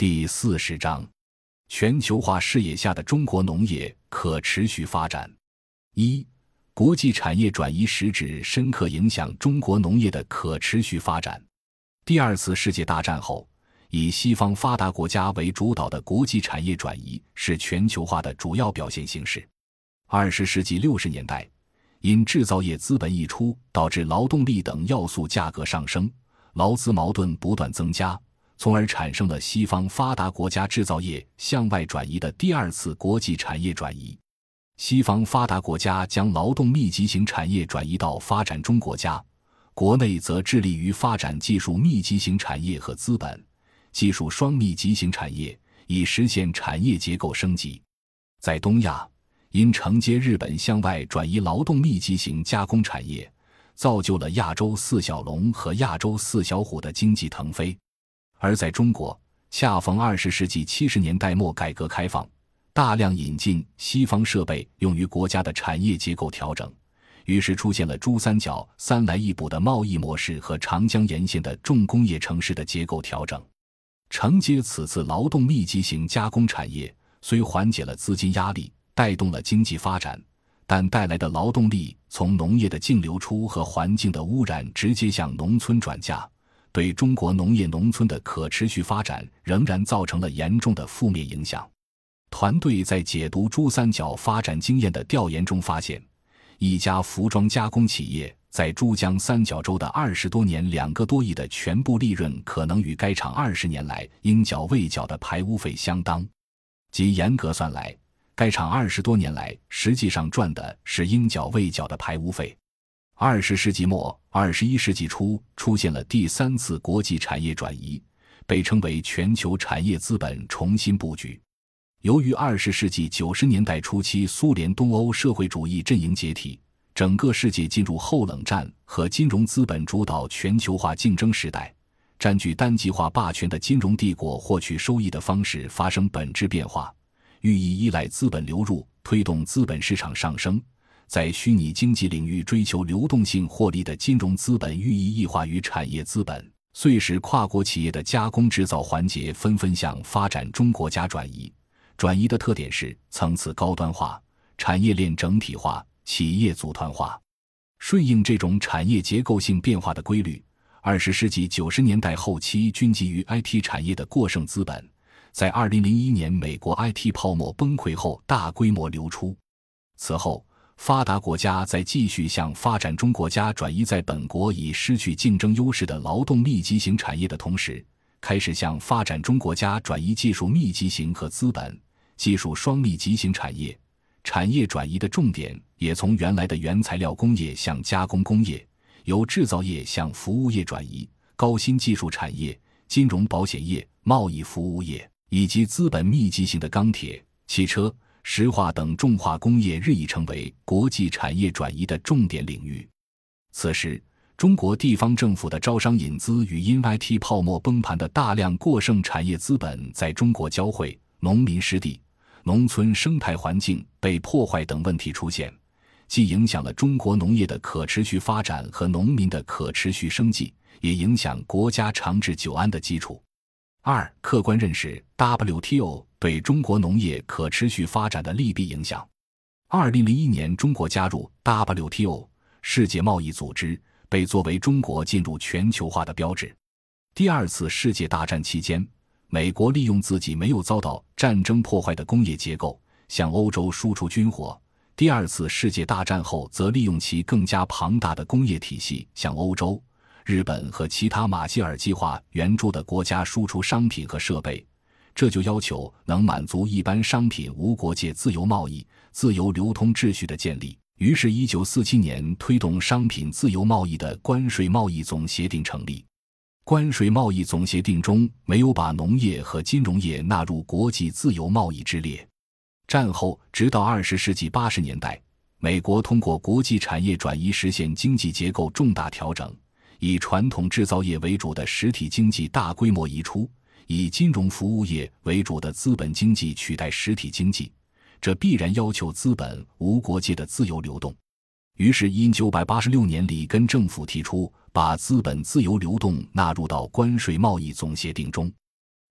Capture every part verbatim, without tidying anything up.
第四十章，全球化视野下的中国农业可持续发展。一、国际产业转移实质深刻影响中国农业的可持续发展。第二次世界大战后，以西方发达国家为主导的国际产业转移是全球化的主要表现形式。二十世纪六十年代，因制造业资本溢出导致劳动力等要素价格上升，劳资矛盾不断增加，从而产生了西方发达国家制造业向外转移的第二次国际产业转移。西方发达国家将劳动密集型产业转移到发展中国家，国内则致力于发展技术密集型产业和资本、技术双密集型产业，以实现产业结构升级。在东亚，因承接日本向外转移劳动密集型加工产业，造就了亚洲四小龙和亚洲四小虎的经济腾飞。而在中国，恰逢二十世纪七十年代末改革开放，大量引进西方设备用于国家的产业结构调整，于是出现了珠三角三来一补的贸易模式和长江沿线的重工业城市的结构调整。承接此次劳动密集型加工产业，虽缓解了资金压力，带动了经济发展，但带来的劳动力从农业的净流出和环境的污染直接向农村转嫁，对中国农业农村的可持续发展仍然造成了严重的负面影响。团队在解读珠三角发展经验的调研中发现，一家服装加工企业在珠江三角洲的二十多年两个多亿的全部利润可能与该厂二十年来应缴未缴的排污费相当，即严格算来，该厂二十多年来实际上赚的是应缴未缴的排污费。二十世纪末二十一世纪初出现了第三次国际产业转移，被称为全球产业资本重新布局。由于二十世纪九十年代初期苏联东欧社会主义阵营解体，整个世界进入后冷战和金融资本主导全球化竞争时代，占据单极化霸权的金融帝国获取收益的方式发生本质变化，寓意依赖资本流入推动资本市场上升，在虚拟经济领域追求流动性获利的金融资本寓意异化于产业资本，遂使跨国企业的加工制造环节纷纷向发展中国家转移。转移的特点是层次高端化、产业链整体化、企业组团化。顺应这种产业结构性变化的规律，二十世纪九十年代后期均基于 I T 产业的过剩资本，在二零零一年美国 I T 泡沫崩溃后大规模流出。此后，发达国家在继续向发展中国家转移在本国已失去竞争优势的劳动密集型产业的同时，开始向发展中国家转移技术密集型和资本、技术双密集型产业。产业转移的重点也从原来的原材料工业向加工工业，由制造业向服务业转移，高新技术产业、金融保险业、贸易服务业以及资本密集型的钢铁、汽车、石化等重化工业日益成为国际产业转移的重点领域。此时，中国地方政府的招商引资与因 I T 泡沫崩盘的大量过剩产业资本在中国交汇，农民失地、农村生态环境被破坏等问题出现，既影响了中国农业的可持续发展和农民的可持续生计，也影响国家长治久安的基础。二、客观认识 W T O 对中国农业可持续发展的利弊影响。二零零一年，中国加入 W T O 世界贸易组织，被作为中国进入全球化的标志。第二次世界大战期间，美国利用自己没有遭到战争破坏的工业结构，向欧洲输出军火。第二次世界大战后，则利用其更加庞大的工业体系，向欧洲、日本和其他马歇尔计划援助的国家输出商品和设备。这就要求能满足一般商品无国界自由贸易、自由流通秩序的建立。于是一九四七年推动商品自由贸易的关税贸易总协定成立。关税贸易总协定中没有把农业和金融业纳入国际自由贸易之列。战后直到二十世纪八十年代，美国通过国际产业转移实现经济结构重大调整，以传统制造业为主的实体经济大规模移出，以金融服务业为主的资本经济取代实体经济，这必然要求资本无国界的自由流动。于是一九八六年里根政府提出把资本自由流动纳入到关税贸易总协定中。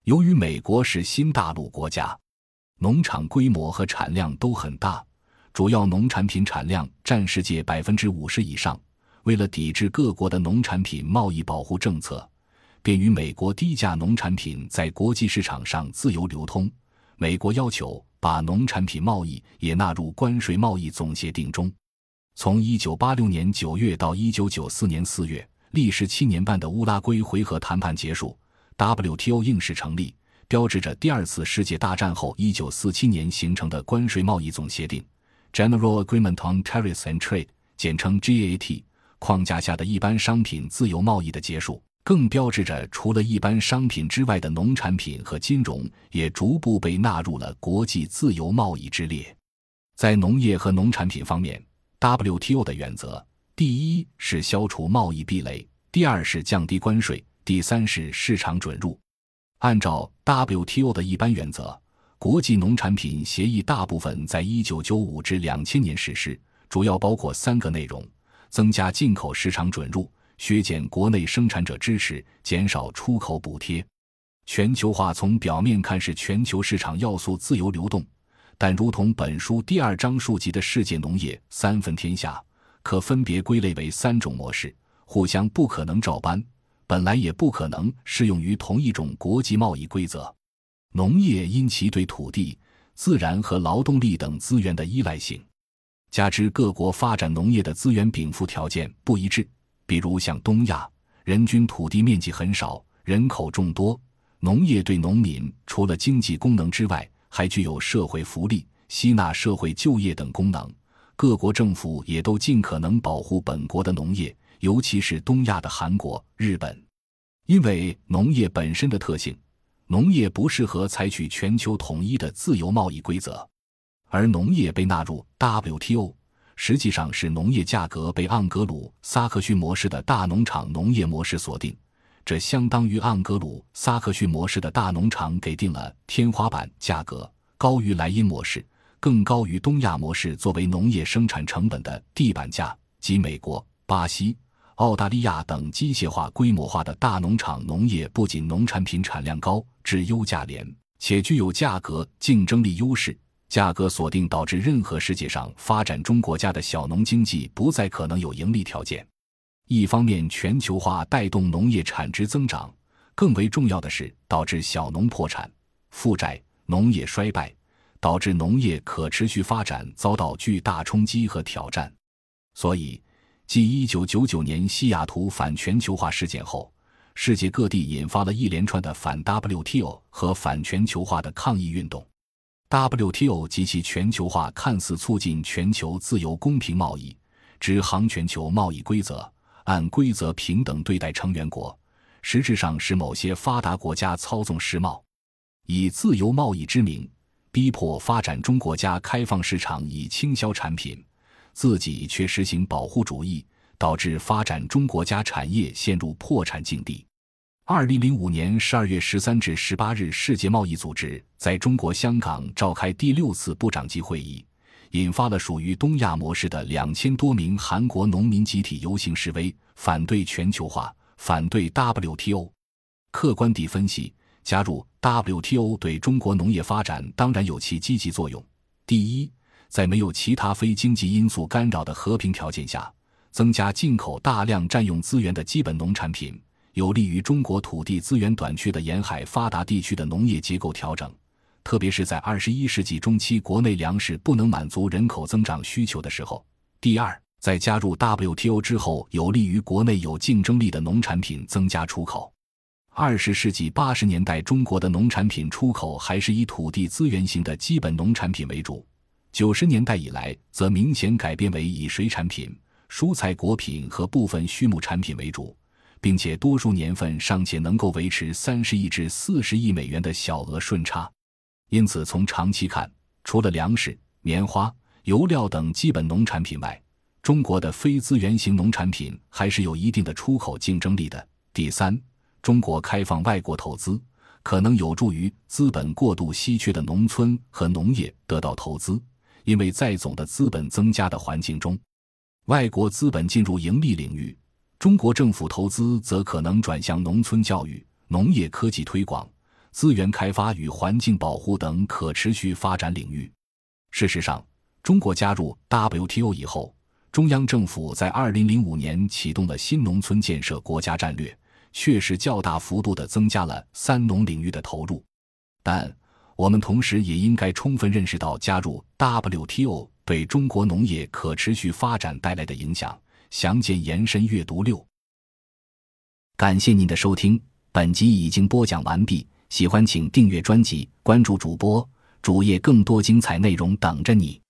由于美国是新大陆国家，农场规模和产量都很大，主要农产品产量占世界 百分之五十 以上。为了抵制各国的农产品贸易保护政策，便于美国低价农产品在国际市场上自由流通，美国要求把农产品贸易也纳入关税贸易总协定中。从一九八六年九月到一九九四年四月，历时七年半的乌拉圭回合谈判结束， W T O 正式成立，标志着第二次世界大战后一九四七年形成的关税贸易总协定 General Agreement on Tariffs and Trade 简称 G A T 框架下的一般商品自由贸易的结束，更标志着除了一般商品之外的农产品和金融也逐步被纳入了国际自由贸易之列。在农业和农产品方面， W T O 的原则，第一是消除贸易壁垒，第二是降低关税，第三是市场准入。按照 W T O 的一般原则，国际农产品协议大部分在一九九五至两千年实施，主要包括三个内容：增加进口市场准入，削减国内生产者支持，减少出口补贴。全球化从表面看是全球市场要素自由流动，但如同本书第二章述及的世界农业三分天下，可分别归类为三种模式，互相不可能照搬，本来也不可能适用于同一种国际贸易规则。农业因其对土地、自然和劳动力等资源的依赖性，加之各国发展农业的资源禀赋条件不一致，比如像东亚，人均土地面积很少，人口众多，农业对农民除了经济功能之外，还具有社会福利、吸纳社会就业等功能。各国政府也都尽可能保护本国的农业，尤其是东亚的韩国、日本。因为农业本身的特性，农业不适合采取全球统一的自由贸易规则，而农业被纳入 W T O， 实际上是农业价格被盎格鲁撒克逊模式的大农场农业模式锁定，这相当于盎格鲁撒克逊模式的大农场给定了天花板价格，高于莱茵模式，更高于东亚模式作为农业生产成本的地板价，即美国、巴西、澳大利亚等机械化规模化的大农场农业不仅农产品产量高，质优价廉，且具有价格竞争力优势。价格锁定导致任何世界上发展中国家的小农经济不再可能有盈利条件。一方面全球化带动农业产值增长，更为重要的是导致小农破产、负债、农业衰败，导致农业可持续发展遭到巨大冲击和挑战。所以继一九九九年西雅图反全球化事件后，世界各地引发了一连串的反 W T O 和反全球化的抗议运动。W T O 及其全球化看似促进全球自由公平贸易，执行全球贸易规则，按规则平等对待成员国，实质上是某些发达国家操纵世贸，以自由贸易之名，逼迫发展中国家开放市场以倾销产品，自己却实行保护主义，导致发展中国家产业陷入破产境地。二零零五年十二月十三至十八日，世界贸易组织在中国香港召开第六次部长级会议，引发了属于东亚模式的两千多名韩国农民集体游行示威，反对全球化，反对 W T O。 客观地分析，加入 W T O 对中国农业发展当然有其积极作用。第一，在没有其他非经济因素干扰的和平条件下，增加进口大量占用资源的基本农产品，有利于中国土地资源短缺的沿海发达地区的农业结构调整，特别是在二十一世纪中期国内粮食不能满足人口增长需求的时候。第二，在加入 W T O 之后，有利于国内有竞争力的农产品增加出口。二十世纪八十年代中国的农产品出口还是以土地资源型的基本农产品为主，九十年代以来则明显改变为以水产品、蔬菜果品和部分畜牧产品为主，并且多数年份尚且能够维持三十亿至四十亿美元的小额顺差。因此从长期看，除了粮食、棉花、油料等基本农产品外，中国的非资源型农产品还是有一定的出口竞争力的。第三，中国开放外国投资，可能有助于资本过度稀缺的农村和农业得到投资，因为在总的资本增加的环境中，外国资本进入盈利领域，中国政府投资则可能转向农村教育、农业科技推广、 资源开发与环境保护等可持续发展领域。事实上，中国加入 W T O 以后，中央政府在二零零五年启动了新农村建设国家战略，确实较大幅度地增加了三农领域的投入。但我们同时也应该充分认识到加入 W T O 对中国农业可持续发展带来的影响。详见延伸阅读六。感谢您的收听，本集已经播讲完毕，喜欢请订阅专辑，关注主播，主页更多精彩内容等着你。